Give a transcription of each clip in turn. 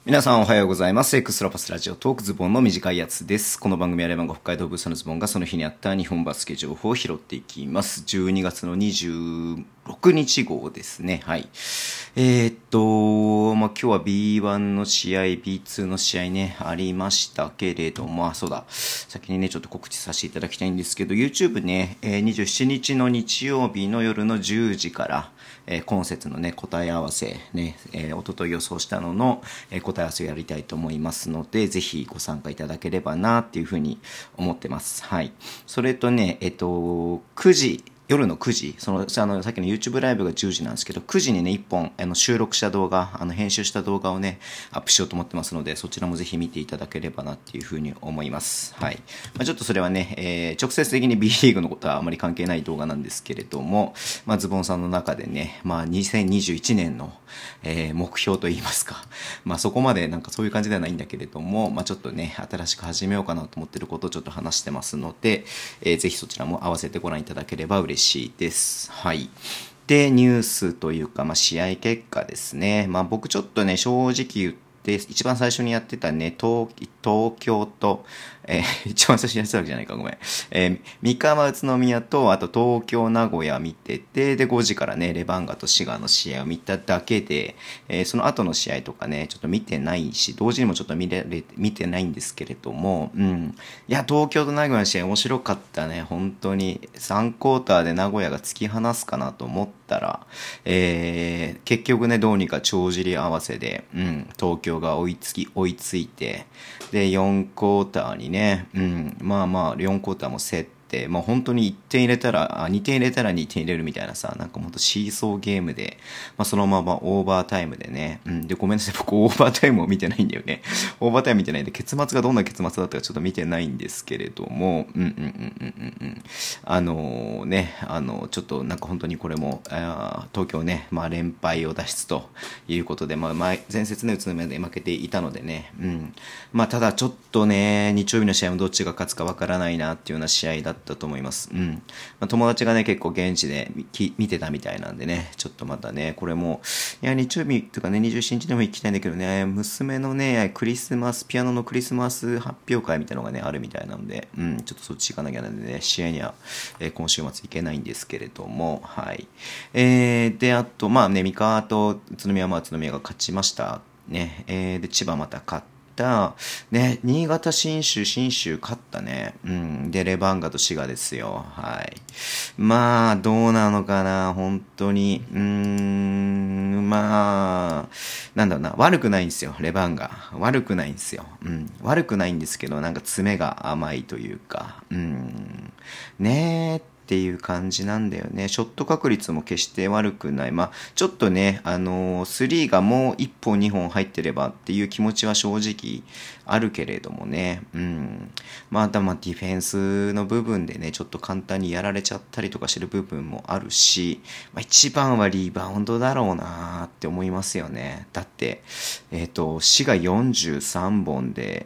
皆さんおはようございます。エクストラパスラジオトークズボンの短いやつです。この番組はレバンが北海道ブースのズボンがその日にあった日本バスケ情報を拾っていきます。12月の26日号ですね。はい。今日は B1 の試合、B2 の試合ね、ありましたけれども、そうだ。先にね、ちょっと告知させていただきたいんですけど、YouTube ね、27日の日曜日の夜の10時から、今節のね、答え合わせ、ね、一昨日予想したのの、答え合わせをやりたいと思いますので、ぜひご参加いただければな、っていうふうに思ってます。はい。それとね、9時、夜の9時、さっきの YouTube ライブが10時なんですけど、9時にね、1本、収録した動画、編集した動画をね、アップしようと思ってますので、そちらもぜひ見ていただければなっていうふうに思います。はい。ちょっとそれはね、直接的に B リーグのことはあまり関係ない動画なんですけれども、ズボンさんの中でね、2021年の、目標といいますか、そこまでなんかそういう感じではないんだけれども、ちょっとね、新しく始めようかなと思ってることをちょっと話してますので、ぜひそちらも合わせてご覧いただければ嬉しいです。はい。で、ニュースというか、試合結果ですね。僕ちょっとね、正直言って、一番最初にやってたね、東京と、一番最初にやってたわけじゃないか、ごめん。三河宇都宮と、あと東京、名古屋見てて、で、5時からね、レバンガと滋賀の試合を見ただけで、その後の試合とかね、ちょっと見てないし、同時にもちょっと見てないんですけれども、いや、東京と名古屋の試合面白かったね、本当に。3クォーターで名古屋が突き放すかなと思ったら、結局ね、どうにか帳尻合わせで、東京が追いついて、で、4クォーターにね、4クォーターも競って、本当に1点入れたら、2点入れたら2点入れるみたいなさ、なんかほんとシーソーゲームで、そのままオーバータイムでね、で、ごめんなさい、僕オーバータイムを見てないんだよね。オーバータイム見てないんで、結末がどんな結末だったかちょっと見てないんですけれども、ちょっとなんか本当にこれも、東京ね、連敗を脱出ということで、前節ね、宇都宮で負けていたのでね、ただちょっとね、日曜日の試合もどっちが勝つかわからないなっていうような試合だったと思います。友達がね、結構現地で見てたみたいなんでね、ちょっとまたね、これも、いや、日曜日とかね、27日でも行きたいんだけどね、娘のね、ピアノのクリスマス発表会みたいなのがね、あるみたいなので、ちょっとそっち行かなきゃなんでね、試合には、今週末行けないんですけれども、はい。で、あと、三河と宇都宮は宇都宮が勝ちました。ね、で、千葉また勝った。ね、新潟新州勝ったね。で、レバンガと滋賀ですよ。はい。どうなのかな、本当に。なんだろうな、悪くないんですよ、レバンガ。悪くないんですよ。悪くないんですけど、なんか爪が甘いというか、ねーっていう感じなんだよね。ショット確率も決して悪くない。ちょっとね、スリーがもう1本2本入ってればっていう気持ちは正直あるけれどもね。ディフェンスの部分でね、ちょっと簡単にやられちゃったりとかしてる部分もあるし、一番はリバウンドだろうなーって思いますよね。だって、滋賀43本で、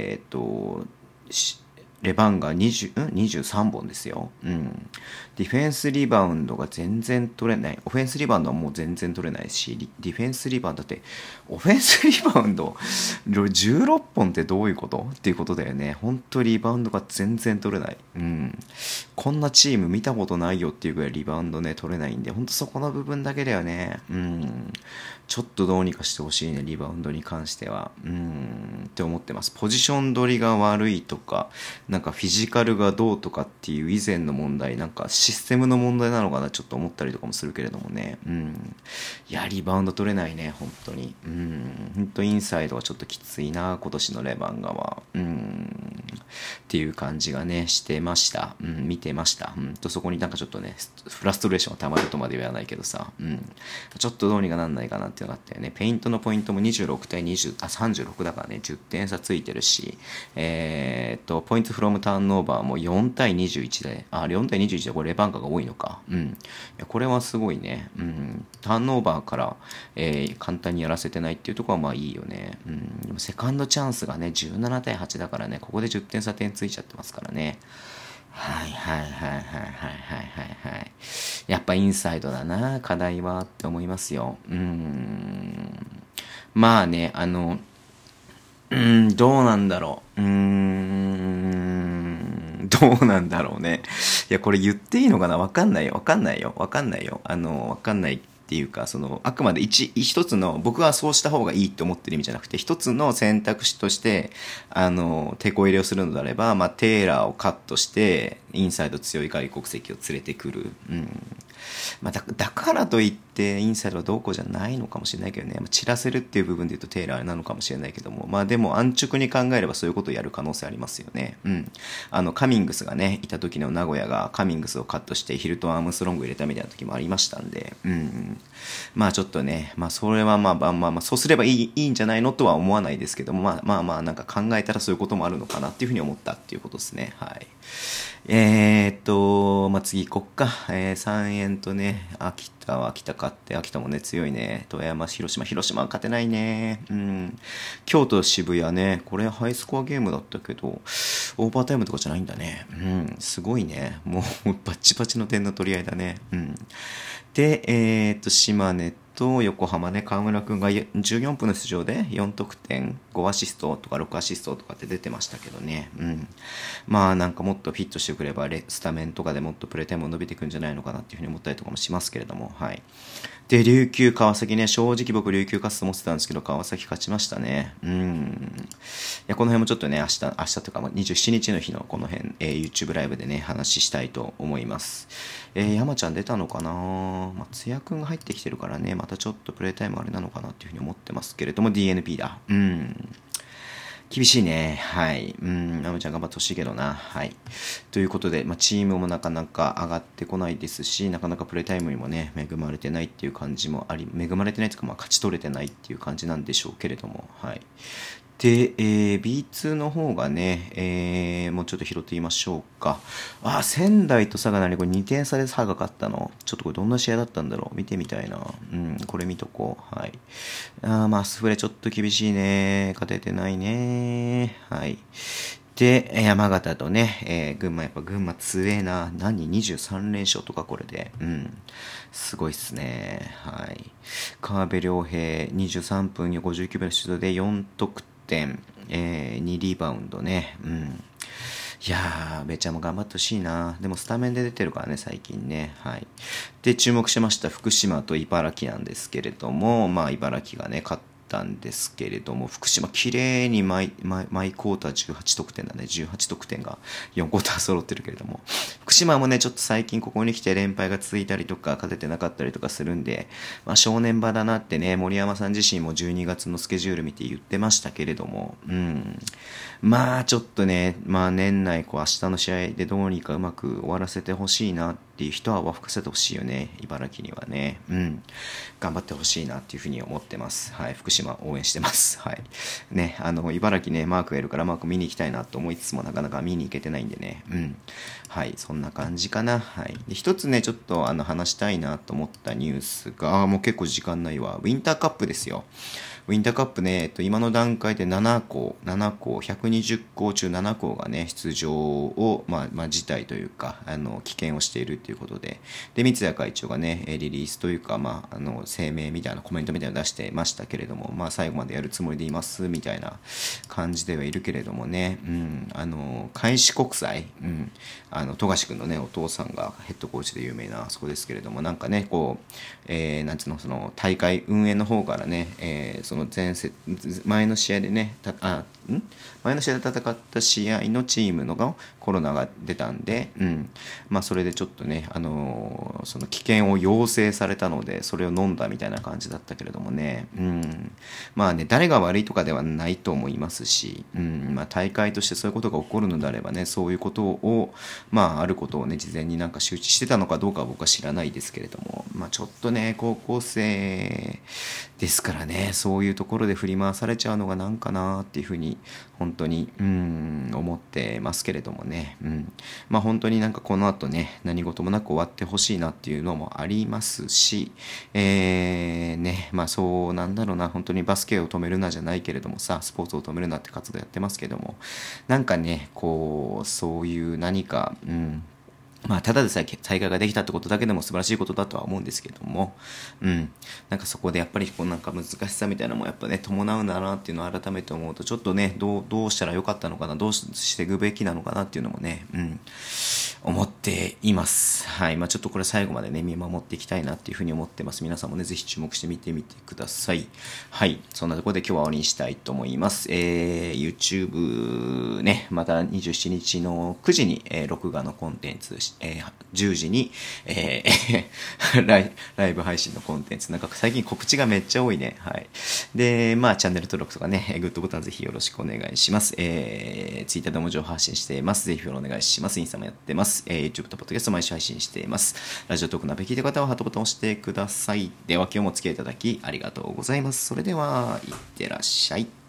レバンが23本ですよ。ディフェンスリバウンドが全然取れない。オフェンスリバウンドはもう全然取れないし、ディフェンスリバウンドだって、オフェンスリバウンド16本ってどういうことっていうことだよね。本当リバウンドが全然取れない。こんなチーム見たことないよっていうぐらいリバウンドね、取れないんで、本当そこの部分だけだよね。ちょっとどうにかしてほしいね、リバウンドに関しては。って思ってます。ポジション取りが悪いとか、なんかフィジカルがどうとかっていう以前の問題、なんかシステムの問題なのかなちょっと思ったりとかもするけれどもね。いや、リバウンド取れないね、本当に。本当インサイドはちょっときついな、今年のレバンガは。っていう感じがね、してました。見てました。そこになんかちょっとね、フラストレーションが溜まるとまで言わないけどさ、ちょっとどうにかなんないかなっていうのがあったよね。ペイントのポイントも26対36だからね、10点差ついてるし、ポイントフロムターンオーバーも4対21で、4対21でこれレバンガが多いのか。いやこれはすごいね。ターンオーバーから、簡単にやらせてないっていうところはいいよね。でもセカンドチャンスがね、17対8だからね、ここで10点差点ついちゃってますからね。はいはいはいはいはいはいはい。やっぱインサイドだな、課題はって思いますよ。まあね、 どうなんだろう。どうなんだろうね。いや、これ言っていいのかな、わかんないよ。わかんないよ。わかんないよ。わかんないっていうか、あくまで一つの、僕はそうした方がいいって思ってる意味じゃなくて、一つの選択肢として、手こ入れをするのであれば、まあ、テーラーをカットして、インサイド強い外国籍を連れてくる。まあ、だからといってインサイドはどうこうじゃないのかもしれないけどね、散らせるっていう部分で言うとテイラーなのかもしれないけども、まあでも安直に考えればそういうことをやる可能性ありますよね。カミングスがねいた時の名古屋がカミングスをカットしてヒルトン・アームストロング入れたみたいな時もありましたんで、まあちょっとね、まあそれはまあそうすればいいんじゃないのとは思わないですけども、まあなんか考えたらそういうこともあるのかなっていうふうに思ったっていうことですね。はい。まあ、次行こっか。3円とね、秋田は秋田勝って、秋田もね、強いね。富山、広島は勝てないね。京都、渋谷ね、これハイスコアゲームだったけど、オーバータイムとかじゃないんだね。すごいね。もう、バッチバチの点の取り合いだね。で、島根と横浜ね、河村くんが14分の出場で4得点、5アシストとか6アシストとかって出てましたけどね。まあなんかもっとフィットしてくればスタメンとかでもっとプレータイムも伸びていくんじゃないのかなっていうふうに思ったりとかもしますけれども、はい。で、琉球、川崎ね、正直僕琉球勝つと思ってたんですけど、川崎勝ちましたね。いや、この辺もちょっとね、明日というか、27日の日のこの辺、YouTube ライブでね、話したいと思います。山ちゃん出たのかな、松也くんが入ってきてるからね、またちょっとプレイタイムあれなのかなっていうふうに思ってますけれども、DNP だ。厳しいね。はい。山ちゃん頑張ってほしいけどな。はい。ということで、チームもなかなか上がってこないですし、なかなかプレータイムにもね、恵まれてないっていう感じもあり、恵まれてないというか、勝ち取れてないっていう感じなんでしょうけれども、はい。で、B2 の方がね、もうちょっと拾ってみましょうか。仙台と佐賀なりこれ2点差で佐賀勝ったの。ちょっとこれどんな試合だったんだろう。見てみたいな。これ見とこう。はい。スフレちょっと厳しいね。勝ててないね。はい。で、山形とね、群馬、やっぱ群馬強えな。23連勝とかこれで。すごいっすね。はい。川辺良平、23分59秒の出場で4得点、2リバウンドね。いやー、べちゃんも頑張ってほしいな。でもスタメンで出てるからね、最近ね。はい。で、注目しました福島と茨城なんですけれども、茨城がね、勝ったんですけれども、福島綺麗に毎クォーター18得点だね。18得点が4クォーター揃ってるけれども。福島もね、ちょっと最近ここに来て連敗が続いたりとか、勝ててなかったりとかするんで、正念場だなってね、森山さん自身も12月のスケジュール見て言ってましたけれども、ちょっとね、年内明日の試合でどうにかうまく終わらせてほしいなっていう人は吹かせてほしいよね、茨城にはね。頑張ってほしいなっていうふうに思ってます。はい、福島応援してます。はい。ね、茨城ね、マークがいるからマーク見に行きたいなと思いつつもなかなか見に行けてないんでね。はい、そんな感じかな。はい。で、一つね、ちょっと話したいなと思ったニュースが、もう結構時間ないわ。ウィンターカップですよ。ウィンターカップね、今の段階で7校、120校中7校がね、出場を、辞退というか、棄権をしているということで、で、三谷会長がね、リリースというか、声明みたいなコメントみたいなのを出してましたけれども、最後までやるつもりでいます、みたいな感じではいるけれどもね、開志国際、富樫君のね、お父さんがヘッドコーチで有名なあそこですけれども、なんかね、こう、なんつうの、その大会運営の方からね、その前の試合でね、前の試合で戦った試合のチームのがコロナが出たんで、それでちょっとね、その危険を要請されたので、それを飲んだみたいな感じだったけれどもね、誰が悪いとかではないと思いますし、大会としてそういうことが起こるのであればね、そういうことを、あることをね、事前になんか周知してたのかどうかは僕は知らないですけれども、ちょっとね、高校生ですからね、そういうところで振り回されちゃうのがなんかなっていうふうに本当に思ってますけれどもね、本当になんかこの後ね、何事もなく終わってほしいなっていうのもありますし、そうなんだろうな、本当にバスケを止めるなじゃないけれどもさ、スポーツを止めるなって活動やってますけども、なんかね、こうそういう何かまあ、ただでさえ大会ができたってことだけでも素晴らしいことだとは思うんですけども、なんかそこでやっぱりこうなんか難しさみたいなのもやっぱね、伴うんだなっていうのを改めて思うと、ちょっとね、どうしたらよかったのかな、どうしていくべきなのかなっていうのもね、思っています。はい。まあちょっとこれ最後までね、見守っていきたいなっていうふうに思ってます。皆さんもね、ぜひ注目して見てみてください。はい。そんなところで今日は終わりにしたいと思います。YouTube ね、また27日の9時に、録画のコンテンツ、10時に、ライブ配信のコンテンツ。なんか最近告知がめっちゃ多いね。はい。で、まあチャンネル登録とかね、グッドボタンぜひよろしくお願いします。Twitter でも情報発信しています。ぜひフォローお願いします。インスタもやってます。YouTube とポッドキャスト毎週配信しています。ラジオトークのアプリ聞いた方はハートボタンを押してください。では今日もお付き合いいただきありがとうございます。それでは、いってらっしゃい。